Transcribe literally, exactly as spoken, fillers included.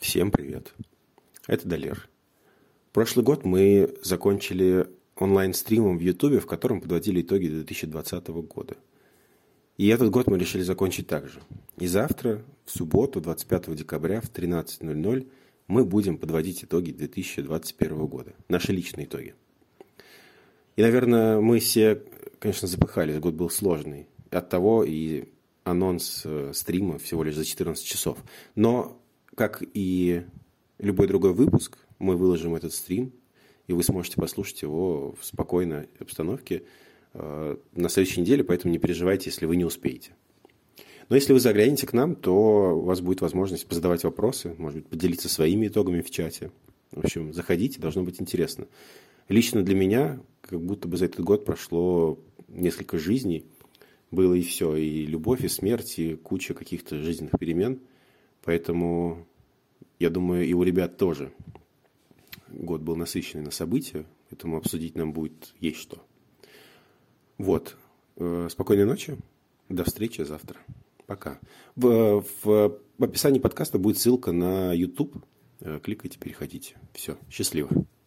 Всем привет. Это Далер. Прошлый год мы закончили онлайн-стримом в Ютубе, в котором подводили итоги две тысячи двадцатого года. И этот год мы решили закончить так же. И завтра, в субботу, двадцать пятого декабря в тринадцать ноль ноль, мы будем подводить итоги две тысячи двадцать первого года. Наши личные итоги. И, наверное, мы все, конечно, запыхались. Год был сложный. Оттого и анонс стрима всего лишь за четырнадцать часов. Но, как и любой другой выпуск, мы выложим этот стрим, и вы сможете послушать его в спокойной обстановке э, на следующей неделе, поэтому не переживайте, если вы не успеете. Но если вы заглянете к нам, то у вас будет возможность позадавать вопросы, может быть, поделиться своими итогами в чате. В общем, заходите, должно быть интересно. Лично для меня, как будто бы за этот год прошло несколько жизней. Было и все, и любовь, и смерть, и куча каких-то жизненных перемен. Поэтому, я думаю, и у ребят тоже год был насыщенный на события, поэтому обсудить нам будет есть что. Вот. Спокойной ночи. До встречи завтра. Пока. В, в описании подкаста будет ссылка на YouTube. Кликайте, переходите. Все. Счастливо.